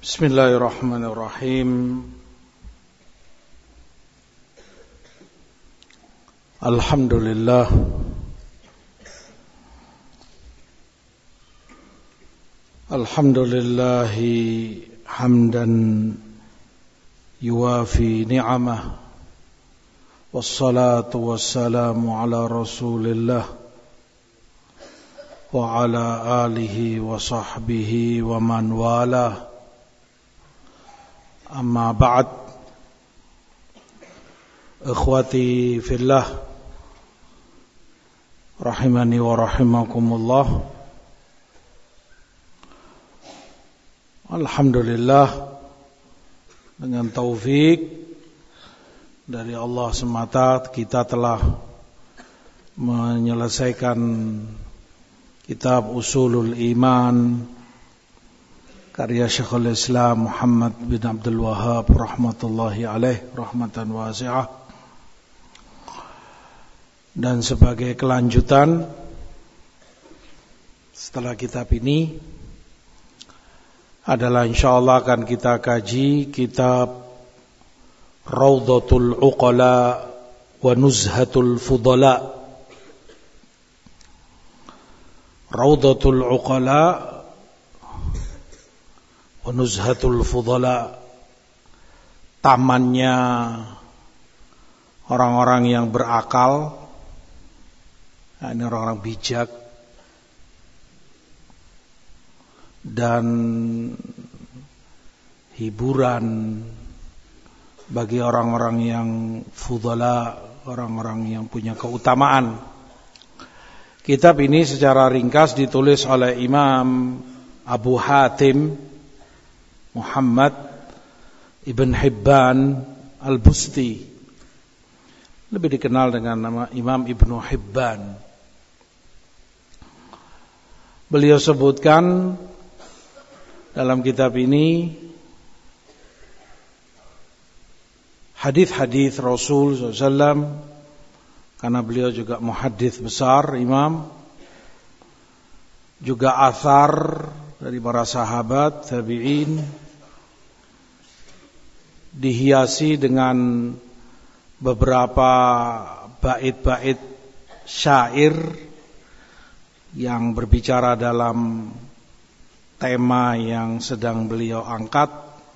Bismillahirrahmanirrahim. Alhamdulillah. Alhamdulillahi hamdan yuwafi ni'amah. Wassalatu wassalamu ala rasulillah wa ala alihi wa sahbihi wa man walah. Amma ba'd. Ikhwati fillah, rahimani wa rahimakumullah. Alhamdulillah, dengan taufik dari Allah semata kita telah menyelesaikan kitab Usulul Iman karya Syekhul Islam Muhammad bin Abdul Wahhab rahmatullahi alaih rahmatan wasi'ah. Dan sebagai kelanjutan setelah kitab ini adalah insyaallah akan kita kaji kitab Raudhatul Uqala wa Nuzhatul Fudala. Raudhatul Uqala wa Nuzhatul Fudala, tamannya orang-orang yang berakal, ini orang-orang bijak, dan hiburan bagi orang-orang yang fudala, orang-orang yang punya keutamaan. Kitab ini secara ringkas ditulis oleh Imam Abu Hatim Muhammad Ibn Hibban Al-Busti, lebih dikenal dengan nama Imam Ibnu Hibban. Beliau sebutkan dalam kitab ini hadis-hadis Rasul SAW, karena beliau juga muhaddits besar, imam, juga athar dari para sahabat, tabi'in, dihiasi dengan beberapa bait-bait syair yang berbicara dalam tema yang sedang beliau angkat.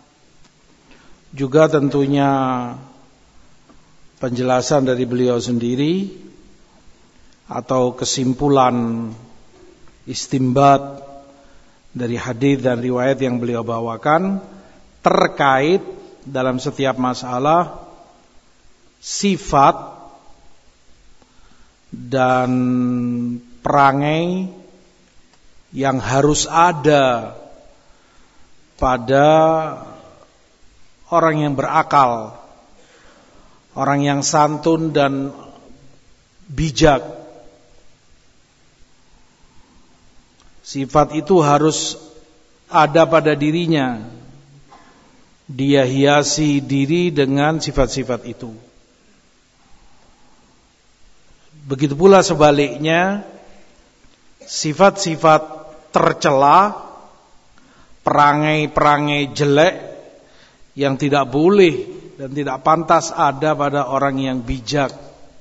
Juga tentunya penjelasan dari beliau sendiri atau kesimpulan istimbat dari hadis dan riwayat yang beliau bawakan terkait dalam setiap masalah sifat dan perangai yang harus ada pada orang yang berakal, orang yang santun dan bijak. Sifat itu harus ada pada dirinya. Dia hiasi diri dengan sifat-sifat itu. Begitu pula sebaliknya, sifat-sifat tercela, perangai-perangai jelek yang tidak boleh dan tidak pantas ada pada orang yang bijak.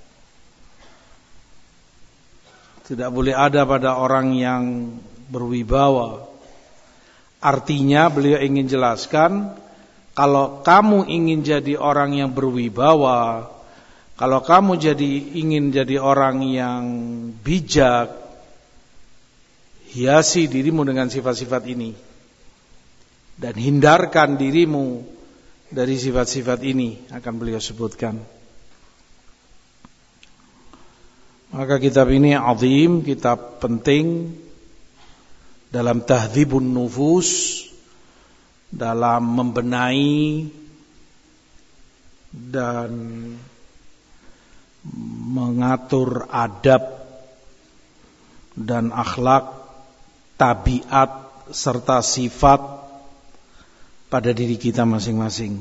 Tidak boleh ada pada orang yang berwibawa. Artinya beliau ingin jelaskan, kalau kamu ingin jadi orang yang berwibawa, kalau kamu ingin jadi orang yang bijak, hiasi dirimu dengan sifat-sifat ini dan hindarkan dirimu dari sifat-sifat ini, akan beliau sebutkan. Maka kitab ini azim, kitab penting dalam tahdzibun nufus, dalam membenahi dan mengatur adab dan akhlak, tabiat serta sifat pada diri kita masing-masing,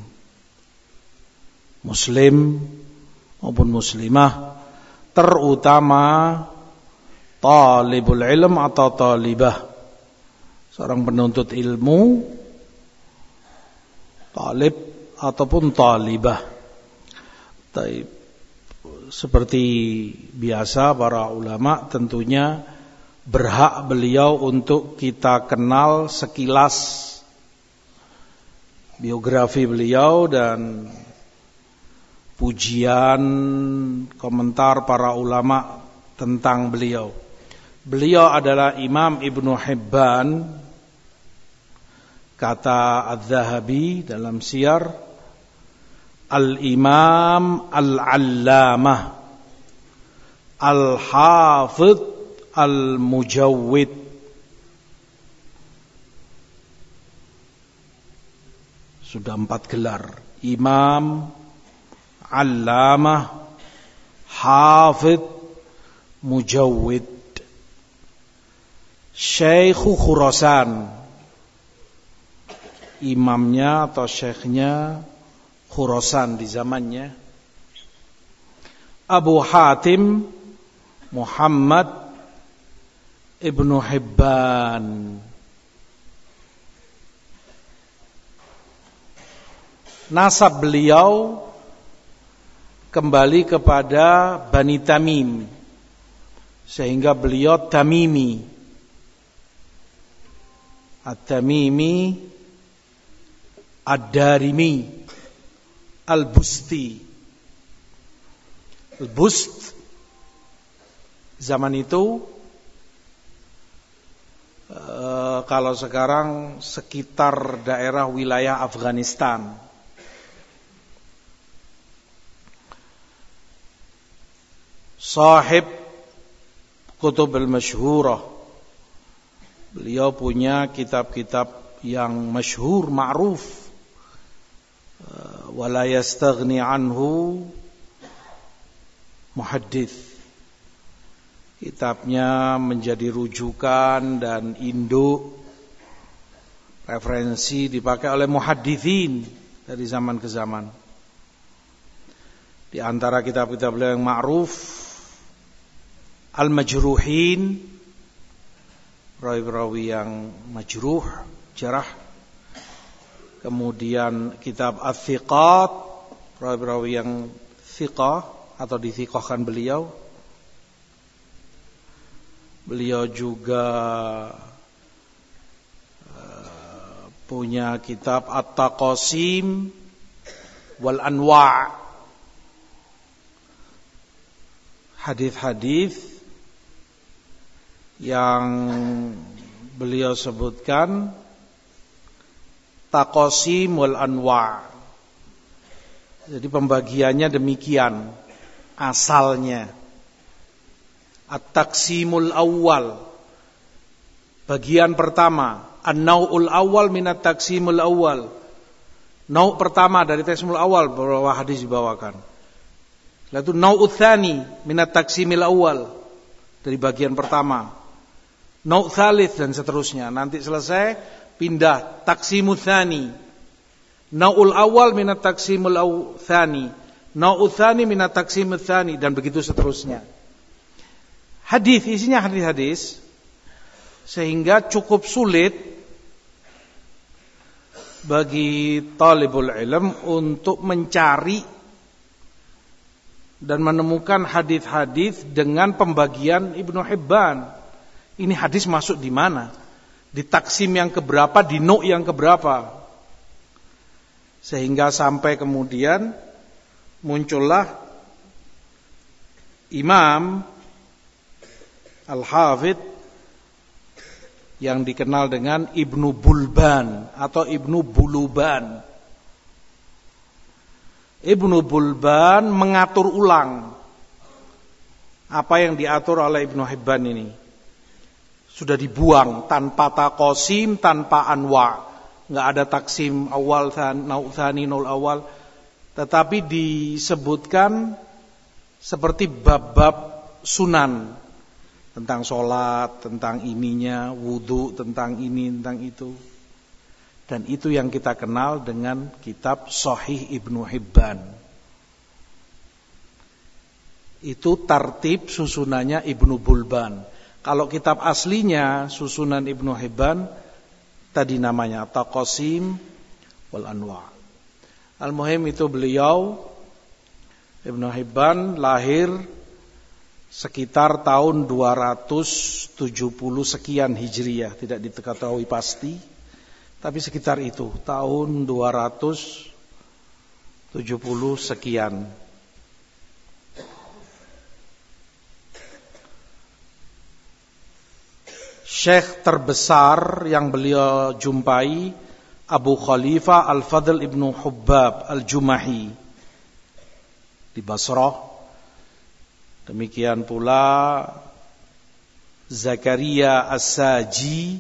muslim maupun muslimah, terutama talibul ilm atau talibah, seorang penuntut ilmu talib ataupun talibah. Taib. Seperti biasa para ulama tentunya berhak beliau untuk kita kenal sekilas biografi beliau dan pujian komentar para ulama tentang beliau. Beliau adalah Imam Ibnu Hibban, kata Az-Zahabi dalam Siyar, Al-Imam Al-Allamah Al-Hafidh Al-Mujawwid. Sudah 4 gelar. Imam, Allamah, Hafidh, Mujawwid. Syekhu Khurasan. Imamnya atau syekhnya Khurasan di zamannya. Abu Hatim Muhammad Ibnu Hibban. Nasab beliau kembali kepada Bani Tamim, sehingga beliau Tamimi. At-Tamimi Ad-Darimi Al-Busti. Al-Bust zaman itu kalau sekarang sekitar daerah wilayah Afghanistan. Sahib Kutub al-Masyhurah. Beliau punya kitab-kitab yang masyhur, ma'ruf. Wala yastaghni anhu muhaddits. Kitabnya menjadi rujukan dan induk referensi dipakai oleh muhadditsin dari zaman ke zaman. Di antara kitab-kitab beliau yang ma'ruf, Al-Majruhin, rawi-rawi yang majruh, jarah. Kemudian kitab Al-Thiqat, rawi-rawi yang thiqah atau dithiqahkan beliau. Beliau juga punya kitab At-Taqasim wal Anwa', hadis-hadis yang beliau sebutkan Taqasim wal Anwa'. Jadi pembagiannya demikian asalnya. At-Taqsimul Awwal, bagian pertama, An-Naw'ul Awwal minat Taqsimul Awwal. Naw' pertama dari Taqsimul Awwal, beberapa hadis dibawakan. Lalu Naw'ul Tsani minat Taqsimil Awwal, dari bagian pertama. Naw' Tsalits dan seterusnya. Nanti selesai pindah Taqsimul Tsani. Naw'ul Awwal minat Taqsimul Tsani. Naw'ul Tsani minat Taqsimul Tsani, dan begitu seterusnya. Hadis, isinya hadis-hadis, sehingga cukup sulit bagi talibul ilm untuk mencari dan menemukan hadis-hadis dengan pembagian Ibnu Hibban. Ini hadis masuk di mana? Di taksim yang keberapa, di nu' yang keberapa? Sehingga sampai kemudian muncullah Imam Al-Hafidh yang dikenal dengan Ibnu Bulban atau Ibnu Buluban. Ibnu Bulban mengatur ulang apa yang diatur oleh Ibnu Hibban ini. Sudah dibuang tanpa taqasim, tanpa anwa'. Enggak ada taksim awal, naw' tsani, nawl awal, tetapi disebutkan seperti bab-bab sunan. Tentang sholat, tentang ininya, wudu, tentang ini, tentang itu. Dan itu yang kita kenal dengan kitab Sahih Ibnu Hibban. Itu tartib susunannya Ibnu Bulban. Kalau kitab aslinya, susunan Ibnu Hibban, tadi namanya Taqasim wal Anwa'. Al-muhim itu beliau Ibnu Hibban lahir sekitar tahun 270 sekian Hijriyah, tidak diketahui pasti, tapi sekitar itu, tahun 270 sekian. Syekh terbesar yang beliau jumpai Abu Khalifah Al-Fadl Ibnu Hubbab Al-Jumahi di Basrah. Demikian pula Zakaria As-Saji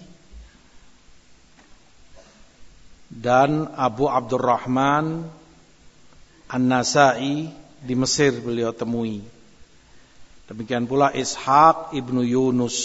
dan Abu Abdurrahman An-Nasai di Mesir beliau temui. Demikian pula Ishaq Ibnu Yunus.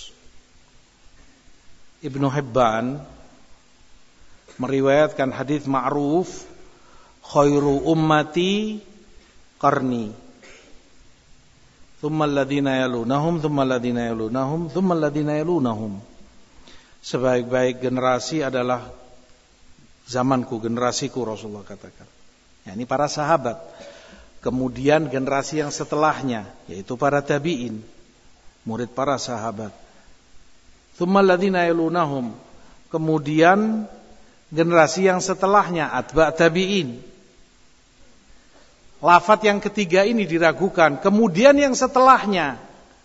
Ibnu Hibban meriwayatkan hadis ma'ruf, khairu ummati qarni, thumma alladhina yalunahum, thumma alladhina yalunahum, thumma alladhina yalunahum. Sebaik-baik generasi adalah zamanku, generasiku, Rasulullah katakan. Ya, ini para sahabat. Kemudian generasi yang setelahnya, yaitu para tabi'in, murid para sahabat. Thumma alladhina yalunahum. Kemudian generasi yang setelahnya, atba' tabi'in. Lafaz yang ketiga ini diragukan. Kemudian yang setelahnya,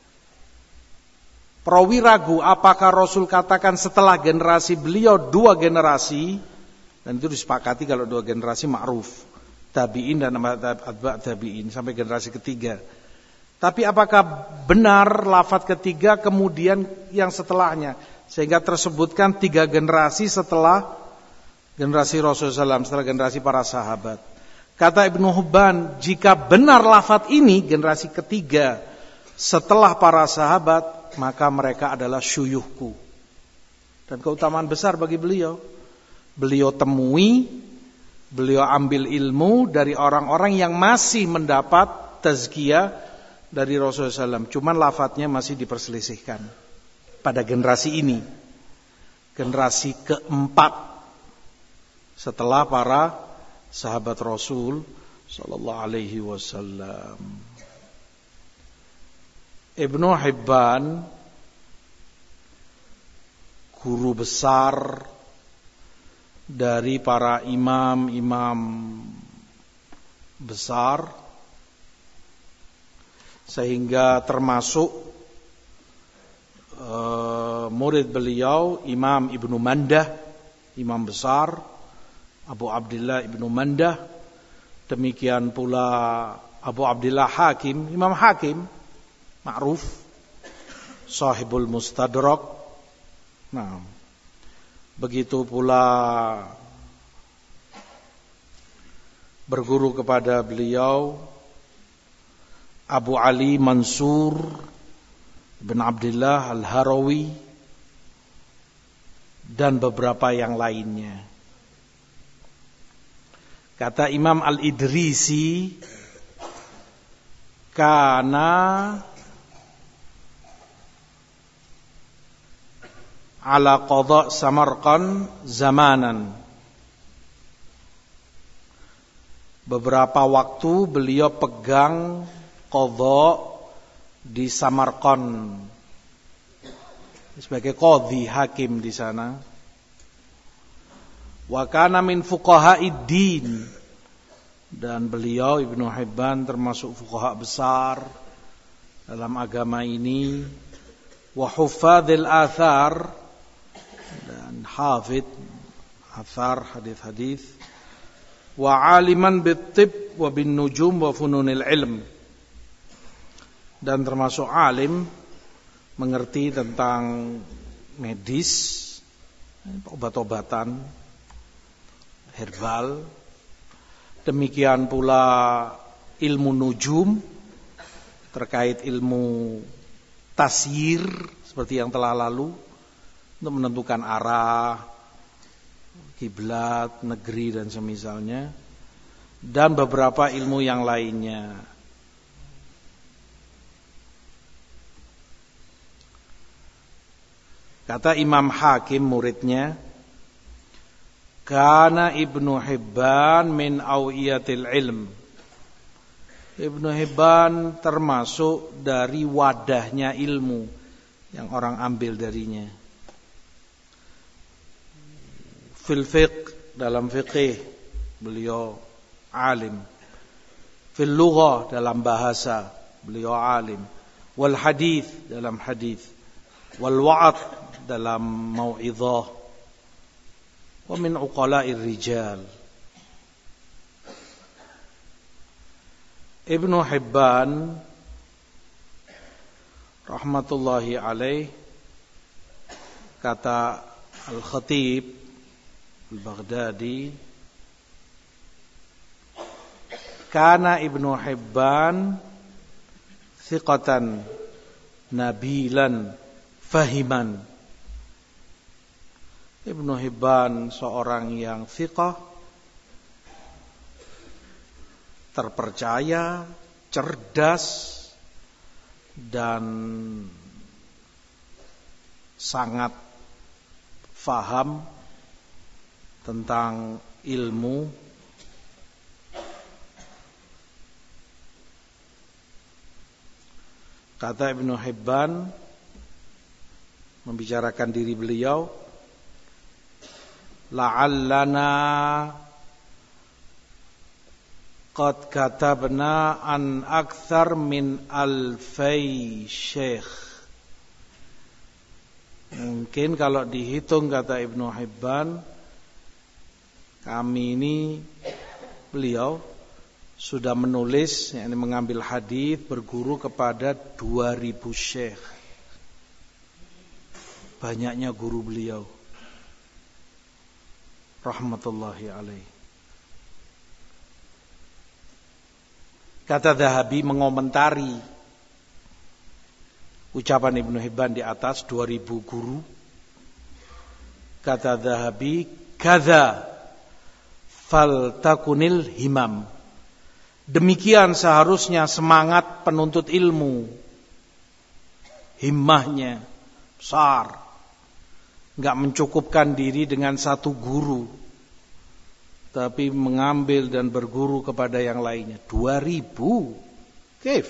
perawi ragu apakah Rasul katakan setelah generasi beliau 2 generasi, dan itu disepakati kalau 2 generasi ma'ruf, tabi'in dan atba' tabi'in sampai generasi ketiga. Tapi apakah benar lafaz ketiga kemudian yang setelahnya, sehingga tersebutkan 3 generasi setelah generasi Rasulullah SAW, setelah generasi para sahabat. Kata Ibnu Hibban, jika benar lafaz ini generasi ketiga setelah para sahabat, maka mereka adalah syuyuhku. Dan keutamaan besar bagi beliau. Beliau temui, beliau ambil ilmu dari orang-orang yang masih mendapat tazkiyah dari Rasulullah SAW. Cuman lafadznya masih diperselisihkan pada generasi ini, generasi keempat setelah para sahabat Rasul sallallahu alaihi wasallam. Ibnu Hibban, guru besar dari para imam-imam besar, sehingga termasuk murid beliau Imam Ibnu Mandah, imam besar, Abu Abdillah Ibnu Mandah, demikian pula Abu Abdillah Hakim, Imam Hakim ma'ruf, sahibul Mustadrak. Nah, begitu pula berguru kepada beliau Abu Ali Mansur bin Abdullah Al-Harawi dan beberapa yang lainnya. Kata Imam Al-Idrisi, kana ala qadha Samarqand zamanan. Beberapa waktu beliau pegang qadha di Samarqand sebagai qadhi, hakim di sana. Wa kana min fuqaha'id din, dan beliau Ibnu Hibban termasuk fuqaha besar dalam agama ini. Wa huffadzil athar, dan hafid athar, hadis-hadis. Wa aliman bit-tib wa bin nujum wa fununil ilm, dan termasuk alim, mengerti tentang medis, obat-obatan, herbal. Demikian pula ilmu nujum, terkait ilmu tasyir seperti yang telah lalu, untuk menentukan arah, kiblat, negeri dan semisalnya, dan beberapa ilmu yang lainnya. Kata Imam Hakim muridnya, Kana Ibnu Hibban min awiyatil ilm. Ibnu Hibban termasuk dari wadahnya ilmu yang orang ambil darinya. Fil fiqh, dalam fiqih beliau alim. Fil lughah, dalam bahasa beliau alim. Wal hadith, dalam hadith. Wal wa'ad, dalam mau'izah. Wa min uqala'ir rijal. Ibnu Hibban rahmatullahi alaih, kata Al-Khatib Al-Baghdadi, kana Ibnu Hibban thiqatan nabilan fahiman. Ibnu Hibban seorang yang thiqah, terpercaya, cerdas, dan sangat faham tentang ilmu. Kata Ibnu Hibban membicarakan diri beliau, la'allana qad katabna an akthar min alfai syekh. Mungkin kalau dihitung, kata Ibnu Hibban, kami ini, beliau sudah menulis, yakni mengambil hadis, berguru kepada 2000 syekh. Banyaknya guru beliau rahmatullahi alaih. Kata Dzahabi mengomentari ucapan Ibnu Hibban di atas 2000 guru. Kata Dzahabi, kadza faltakunil himam. Demikian seharusnya semangat penuntut ilmu. Himmahnya besar. Enggak mencukupkan diri dengan satu guru, tapi mengambil dan berguru kepada yang lainnya. 2000. Kif.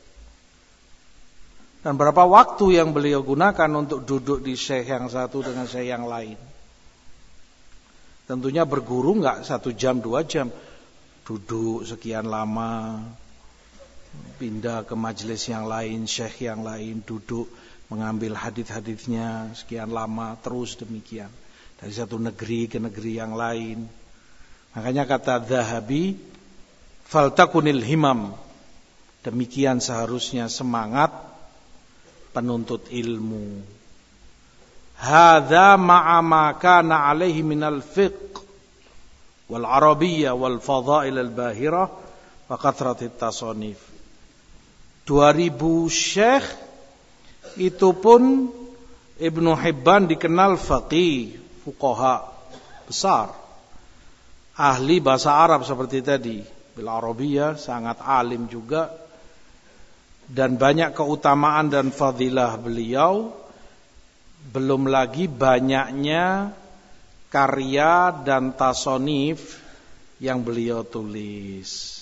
Dan berapa waktu yang beliau gunakan untuk duduk di syekh yang satu dengan syekh yang lain? Tentunya berguru enggak 1 jam 2 jam. Duduk sekian lama, pindah ke majelis yang lain, syekh yang lain, duduk mengambil hadis-hadisnya sekian lama, terus demikian. Dari satu negeri ke negeri yang lain. Makanya kata Dzahabi, faltakunil himam. Demikian seharusnya semangat penuntut ilmu. Hadza ma'a ma kana alaihi minal fiqh wal arabiyyah wal fadha'il al bahirah wa kathratit tasanif. 2000 syekh itu pun Ibnu Hibban dikenal faqih, fuqaha besar, ahli bahasa Arab seperti tadi, bil arabiyyah sangat alim juga, dan banyak keutamaan dan fadilah beliau. Belum lagi banyaknya karya dan tasonif yang beliau tulis.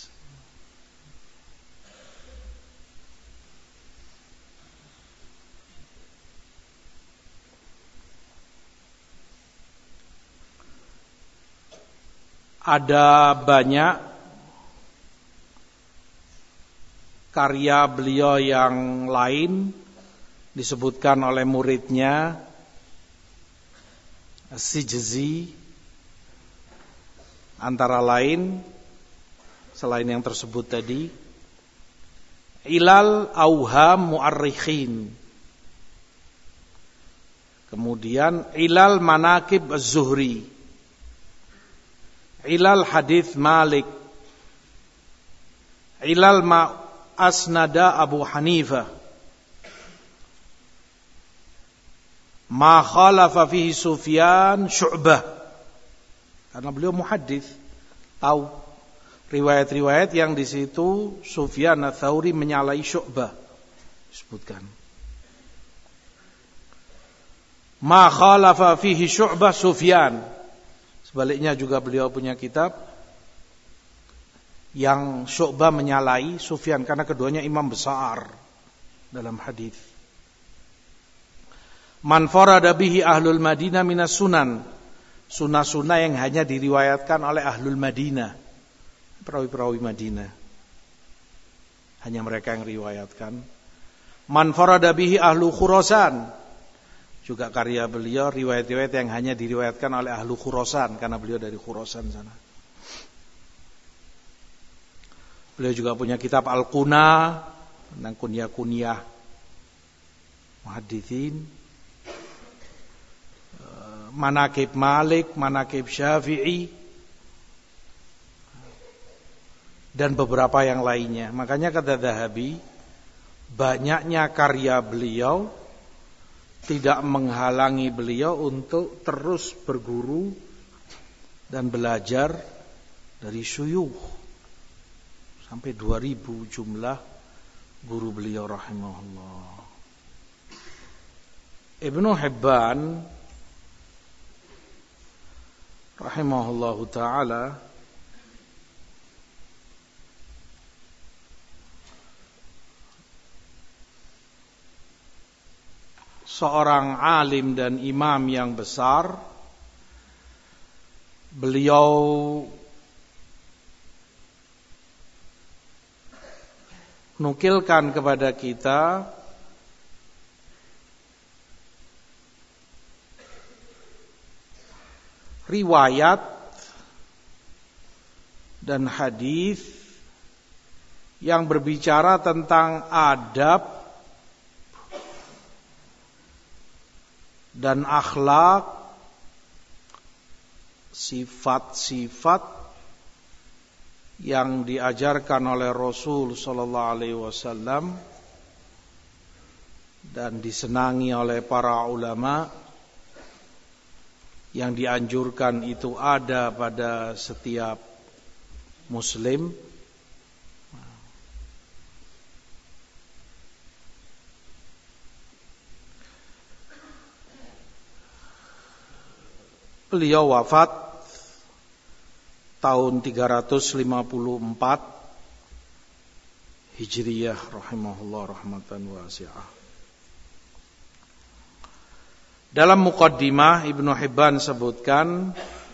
Ada banyak karya beliau yang lain disebutkan oleh muridnya As-Sijzi, antara lain selain yang tersebut tadi, Ilal Auham Mu'arrikhin, kemudian Ilal Manaqib Az-Zuhri, Ilal Hadith Malik, Ilal Ma Asnada Abu Hanifah, Ma khalafa fihi Sufyan Syu'bah. Karena beliau muhaddits, tahu riwayat-riwayat yang di situ Sufyan Ats-Tsauri menyalahi Syu'bah disebutkan. Ma khalafa fihi Syu'bah Sufyan. Sebaliknya juga beliau punya kitab yang Syu'bah menyalahi Sufyan karena keduanya imam besar dalam hadis. Man farada bihi ahlul Madinah minas sunan. Sunnah-sunnah yang hanya diriwayatkan oleh ahlul Madinah. Perawi-perawi Madinah. Hanya mereka yang riwayatkan. Man farada bihi ahlu Khurasan. Juga karya beliau riwayat-riwayat yang hanya diriwayatkan oleh ahlu Khurasan karena beliau dari Khurasan sana. Beliau juga punya kitab Al-Quna tentang kunyah-kunyah muhaditsin, Manaqib Malik, Manaqib Syafi'i, dan beberapa yang lainnya. Makanya kata Dzahabi, banyaknya karya beliau tidak menghalangi beliau untuk terus berguru dan belajar dari syuyukh. Sampai 2000 jumlah guru beliau rahimahullah. Ibnu Hibban rahimahullahu ta'ala seorang alim dan imam yang besar. Beliau nukilkan kepada kita riwayat dan hadis yang berbicara tentang adab dan akhlak, sifat-sifat yang diajarkan oleh Rasul sallallahu alaihi wasallam dan disenangi oleh para ulama, yang dianjurkan itu ada pada setiap muslim. Beliau wafat tahun 354 Hijriyah rahimahullah rahmatan wasi'ah. Dalam muqaddimah Ibnu Hibban sebutkan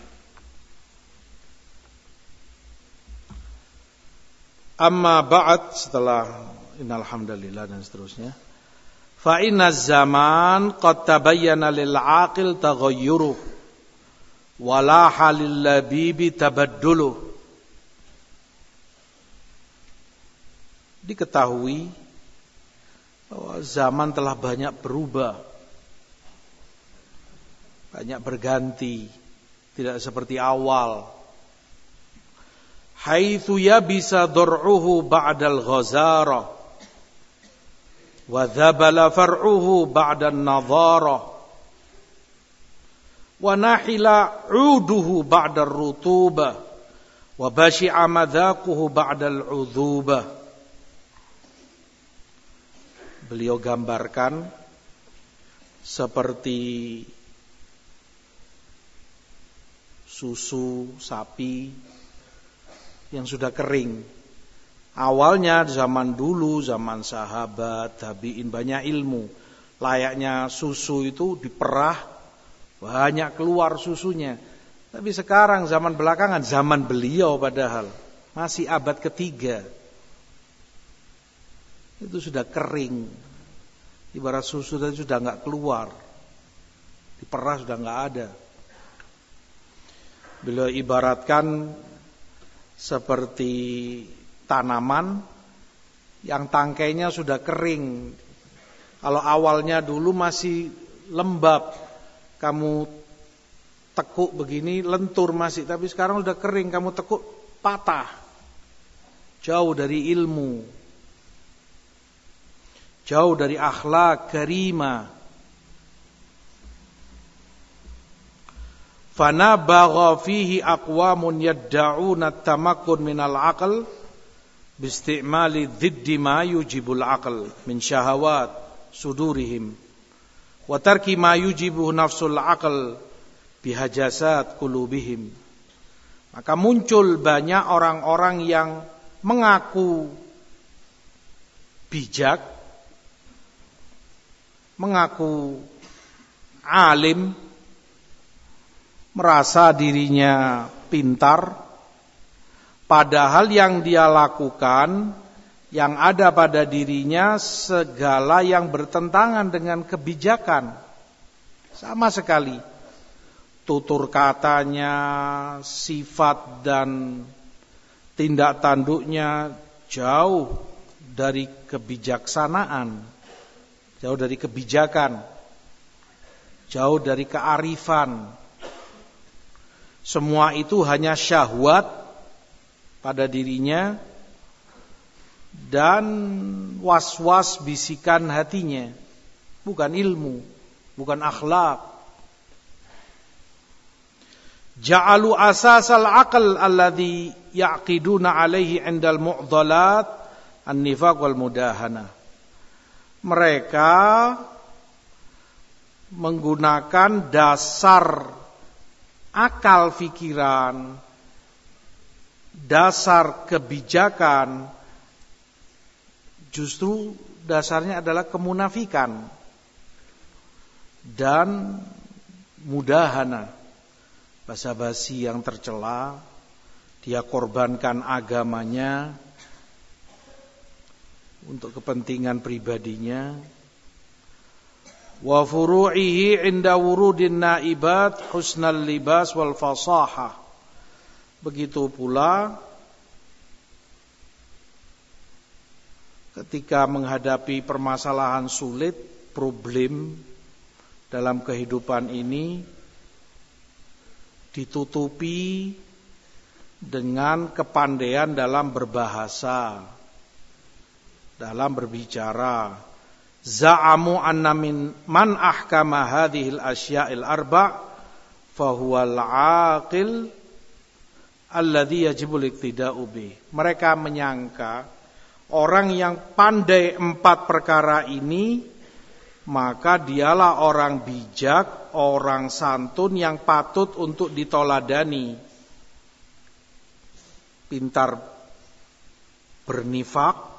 amma ba'd, setelah innal hamdalillah dan seterusnya, fa inna zaman qad tabayyana lil aqil taghayyuruh wala halil labibi tabadduluh. Diketahui bahwa zaman telah banyak berubah, banyak berganti, tidak seperti awal. Haitsu yabisa dur'uhu ba'dal ghazara wa dhabala far'uhu ba'dan nadhara wa nahila 'uduhu ba'dar rutubah wa bashi'a madhaquhu ba'dal 'udhubah. Beliau gambarkan seperti susu sapi yang sudah kering. Awalnya zaman dulu, zaman sahabat, tabi'in, banyak ilmu. Layaknya susu itu diperah, banyak keluar susunya. Tapi sekarang zaman belakangan, zaman beliau padahal masih abad ketiga, itu sudah kering. Ibarat susu tadi sudah enggak keluar, diperah sudah enggak ada. Beliau ibaratkan seperti tanaman yang tangkainya sudah kering. Kalau awalnya dulu masih lembab, kamu tekuk begini lentur masih, tapi sekarang sudah kering, kamu tekuk patah. Jauh dari ilmu, jauh dari akhlak karimah. Fanabagha fihi aqwamun yadda'una at-tamakkun minal aql biistimali dhiddi ma yujibul aql min syahawat sudurihim wa tarki ma yujibu nafsul aql bihajasat qulubihim. Maka muncul banyak orang-orang yang mengaku bijak, mengaku alim, merasa dirinya pintar, padahal yang dia lakukan, yang ada pada dirinya segala yang bertentangan dengan kebijakan. Sama sekali tutur katanya, sifat dan tindak tanduknya jauh dari kebijaksanaan, jauh dari kebijakan, jauh dari kearifan. Semua itu hanya syahwat pada dirinya dan was-was bisikan hatinya, bukan ilmu, bukan akhlak. Ja'alu asasal aql alladhi ya'qiduna alaihi 'indal mu'dhalat an-nifaq wal mudahana. Mereka menggunakan dasar akal fikiran, dasar kebijakan, justru dasarnya adalah kemunafikan dan mudahana, basa-basi yang tercela. Dia korbankan agamanya untuk kepentingan pribadinya. Wa furu'ihi 'inda wurudin naibat husnal libas wal fasahah. Begitu pula ketika menghadapi permasalahan sulit, problem dalam kehidupan ini, ditutupi dengan kepandaian dalam berbahasa, dalam berbicara. Za'amu anna man ahkama hadhil asya'il arba' fahuwal aqil alladhi yajibul iqtida'u bih. Mereka menyangka orang yang pandai 4 perkara ini, maka dialah orang bijak, orang santun yang patut untuk ditoladani. Pintar bernifak,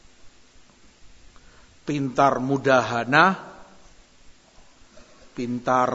pintar mudahana, pintar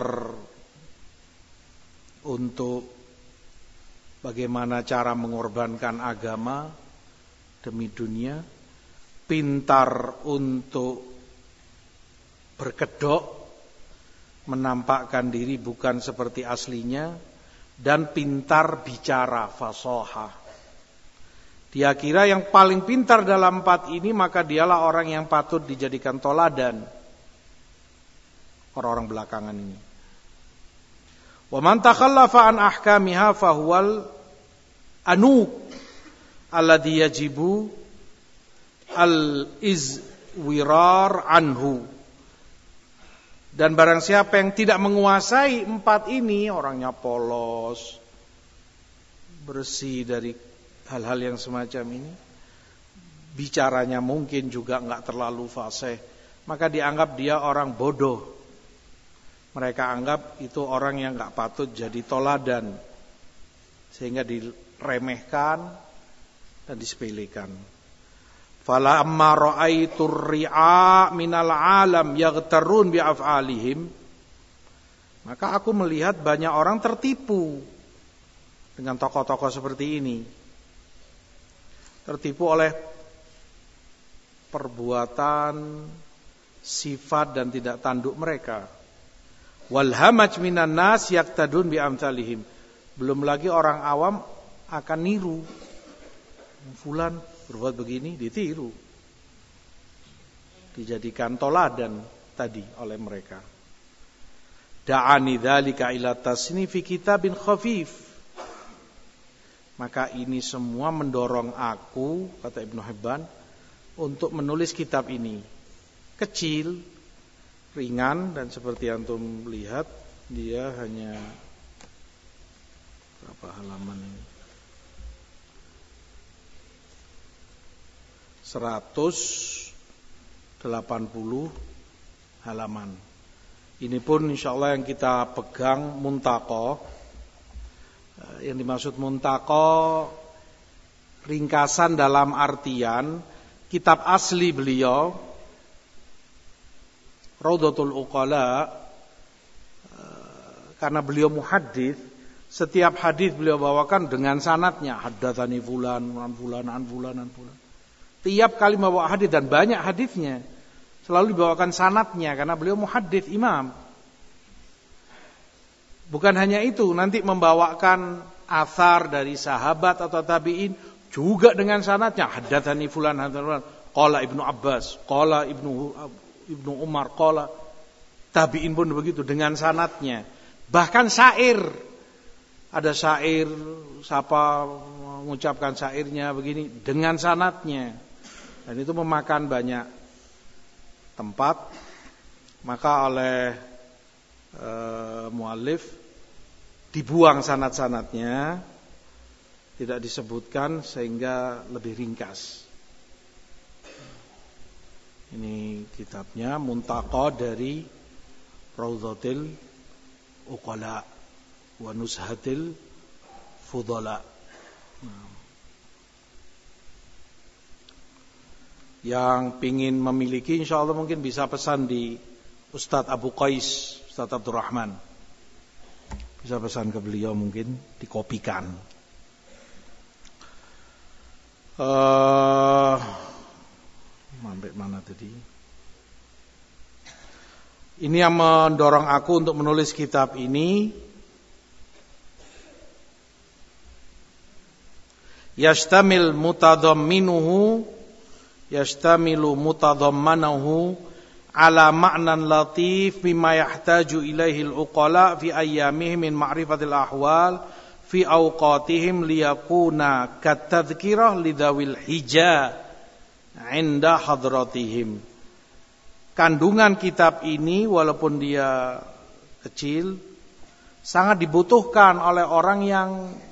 untuk bagaimana cara mengorbankan agama demi dunia, pintar untuk berkedok, menampakkan diri bukan seperti aslinya, dan pintar bicara, fasahah. Dia kira yang paling pintar dalam 4 ini, maka dialah orang yang patut dijadikan toladan. Orang-orang belakangan ini. Wa man takhallafa an ahkamiha fahuwal anuq alladhi yajibu al-izwirar anhu. Dan barang siapa yang tidak menguasai 4 ini, orangnya polos, bersih dari hal-hal yang semacam ini, bicaranya mungkin juga enggak terlalu fasih, maka dianggap dia orang bodoh. Mereka anggap itu orang yang enggak patut jadi toladan, sehingga diremehkan dan disepelekan. Fala amma ra'aitur ri'a minal alam yaghtarun bi af'alihim, maka aku melihat banyak orang tertipu dengan tokoh-tokoh seperti ini. Tertipu oleh perbuatan, sifat dan tidak tanduk mereka. Wal hamaj minan nas yaqtadun bi amsalihim. Belum lagi orang awam akan niru. Fulan berbuat begini, ditiru. Dijadikan toladan tadi oleh mereka. Da'ani dzalika ila tasnifi kitabin khafif. Maka ini semua mendorong aku, kata Ibnu Hibban, untuk menulis kitab ini. Kecil, ringan, dan seperti antum lihat, dia hanya berapa halaman ini? 180 halaman. Ini pun insyaallah yang kita pegang muntaqo. Yang dimaksud muntaqo ringkasan dalam artian kitab asli beliau Raudhatul Uqala, karena beliau muhaddits, setiap hadis beliau bawakan dengan sanadnya, haddatsani fulan an fulan an fulan an fulan. Tiap kali membawa hadis dan banyak hadisnya selalu dibawakan sanadnya karena beliau muhaddits imam. Bukan hanya itu, nanti membawakan athar dari sahabat atau tabi'in juga dengan sanadnya, haddatsani fulan qala Ibnu Abbas, qala Ibnu Umar, qala. Tabi'in pun begitu dengan sanadnya. Bahkan syair, ada syair siapa mengucapkan syairnya begini dengan sanadnya. Dan itu memakan banyak tempat. Maka oleh muallif dibuang sanad-sanadnya, tidak disebutkan sehingga lebih ringkas. Ini kitabnya Muntaqo dari Raudhatul Uqala wa Nuzhatil Fudala. Yang pingin memiliki insyaallah mungkin bisa pesan di Ustadz Abu Qais, Ustadz Abdurrahman. Bisa pesan ke beliau, mungkin dikopikan. Sampai mana tadi? Ini yang mendorong aku untuk menulis kitab ini. Yastamilu mutadammanahu ala ma'nan latif mimma yahtaju ilaihi al-uqala fi ayyamihim min ma'rifatil ahwal fi awqatihim liyakuna katadhkirah lidawil hija 'inda hadratihim. Kandungan kitab ini walaupun dia kecil sangat dibutuhkan oleh orang yang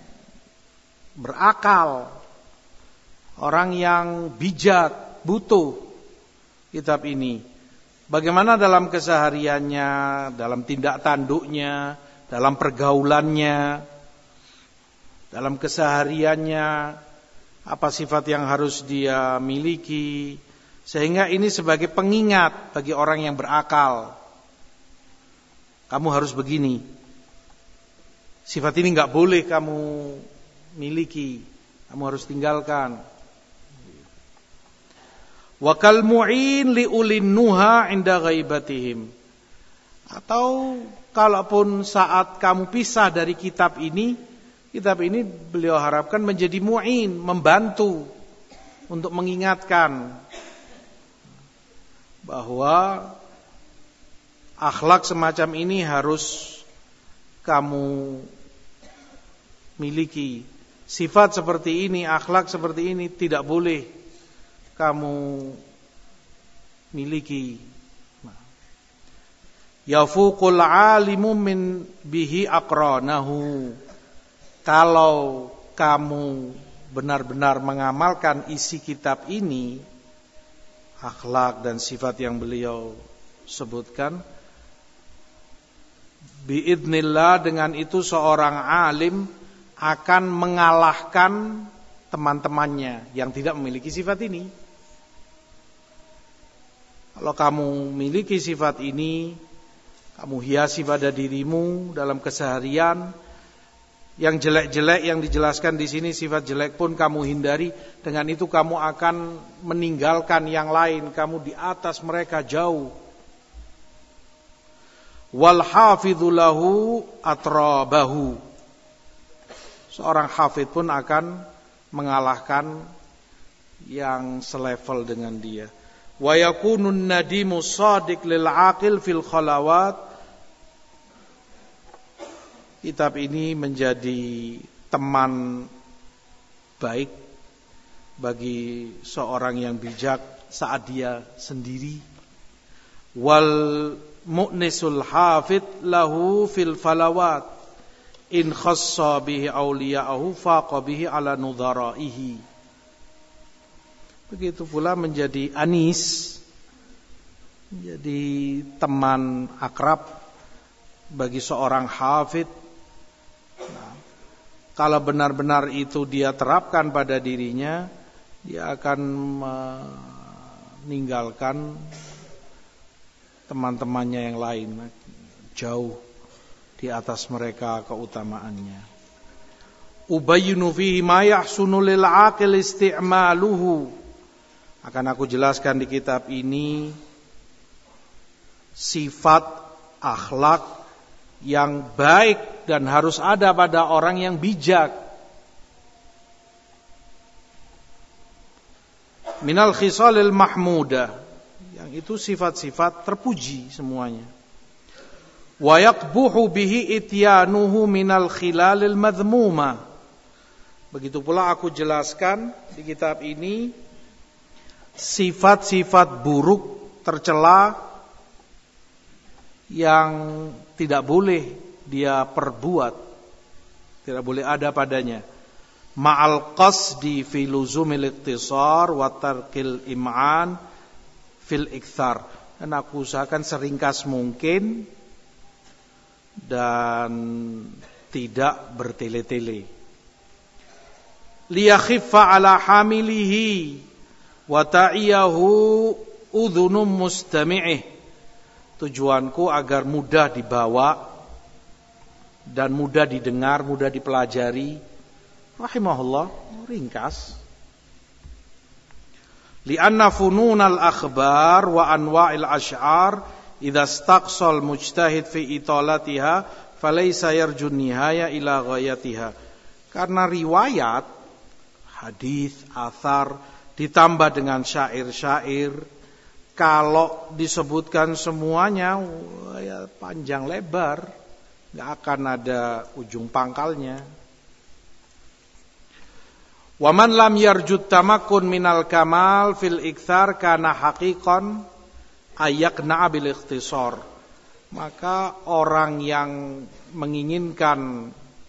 berakal, orang yang bijak, butuh kitab ini. Bagaimana dalam kesehariannya, dalam tindak tanduknya, dalam pergaulannya, dalam kesehariannya, apa sifat yang harus dia miliki, sehingga ini sebagai pengingat bagi orang yang berakal. Kamu harus begini. Sifat ini enggak boleh kamu miliki, kamu harus tinggalkan. Wa kal mu'in li ulin nuha 'inda ghaibatihim. Atau kalaupun saat kamu pisah dari kitab ini beliau harapkan menjadi mu'in, membantu untuk mengingatkan bahwa akhlak semacam ini harus kamu miliki. Sifat seperti ini, akhlak seperti ini tidak boleh kamu miliki. Yafuqul alimu min bihi aqranahu. Kalau kamu benar-benar mengamalkan isi kitab ini, akhlak dan sifat yang beliau sebutkan, biidznillah, dengan itu seorang alim akan mengalahkan teman-temannya yang tidak memiliki sifat ini. Kalau kamu memiliki sifat ini, kamu hiasi pada dirimu dalam keseharian. Yang jelek-jelek yang dijelaskan di sini, sifat jelek pun kamu hindari. Dengan itu kamu akan meninggalkan yang lain, kamu di atas mereka jauh. Wal hafidhu lahu atrabahu. Seorang hafidh pun akan mengalahkan yang selevel dengan dia. Wa yakunun nadimu shadiq lil aqil fil khalawat. Kitab ini menjadi teman baik bagi seorang yang bijak saat dia sendiri. Wal mu'nisul hafid lahu fil falawat in khassa bihi awliya'ahu faqa bihi ala nudharaihi. Begitu pula menjadi anis, menjadi teman akrab bagi seorang hafid. Nah, kalau benar-benar itu dia terapkan pada dirinya, dia akan meninggalkan teman-temannya yang lain, jauh di atas mereka keutamaannya. Ubayyinu fihi ma yahsunu lil aqil isti'maluhu. Akan aku jelaskan di kitab ini sifat akhlak yang baik dan harus ada pada orang yang bijak. Minal khisalil mahmudah, yang itu sifat-sifat terpuji semuanya. Wa yaqbuhu bihi ityanuhu minal khilalil madhmuma. Begitu pula aku jelaskan di kitab ini sifat-sifat buruk tercela yang tidak boleh dia perbuat, tidak boleh ada padanya. Ma'al qasdi fi luzumil ikhtisar wa tarkil im'an fil ikthar. Dan aku usahakan seringkas mungkin dan tidak bertele-tele. Liyakhiffa ala hamilihi wa ta'iyahu udhunum mustami'ih. Tujuanku agar mudah dibawa dan mudah didengar, mudah dipelajari. Rahimahullah, ringkas. Li'anna fununal akhbar wa anwa'il asy'ar idza istaqsal mujtahid fi italatiha falaysa yarjun nihaya ila ghayatiha. Karena riwayat, hadis, athar ditambah dengan syair-syair, kalau disebutkan semuanya ya panjang lebar, enggak akan ada ujung pangkalnya. Wa man lam yarjud tamakkun minal kamal fil ikthar kana haqiqan ayakna bil ikhtisar. Maka orang yang menginginkan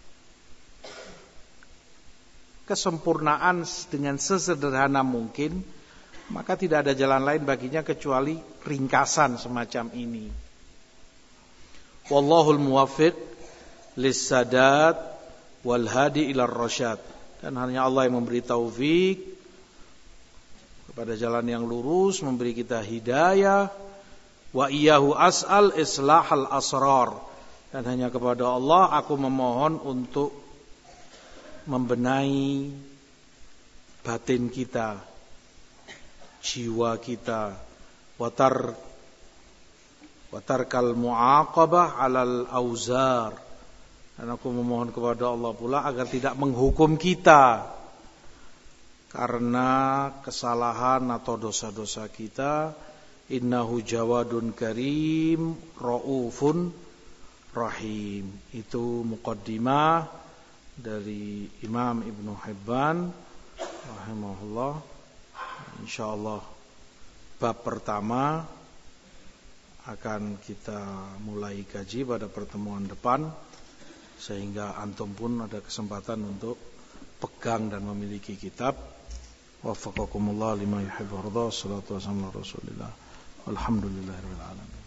kesempurnaan dengan sesederhana mungkin, maka tidak ada jalan lain baginya kecuali ringkasan semacam ini. Wallahul muwaffiq lis-sadad wal hadi ila ar-rasyad. Dan hanya Allah yang memberi taufik kepada jalan yang lurus, memberi kita hidayah. Wa iyyahu as'al islahal asrar. Dan hanya kepada Allah aku memohon untuk membenahi batin kita, jiwa kita. Watarkal mu'aqabah alal auzar. Dan aku memohon kepada Allah pula agar tidak menghukum kita karena kesalahan atau dosa-dosa kita. Innahu jawadun karim raufun rahim. Itu muqaddimah dari Imam Ibnu Hibban rahimahullah. Insyaallah bab pertama akan kita mulai kaji pada pertemuan depan, sehingga antum pun ada kesempatan untuk pegang dan memiliki kitab. Waffaqakumullah lima yuhibbu wa yarda. Wassalatu wassalamu ala Rasulillah. Walhamdulillahirabbil alamin.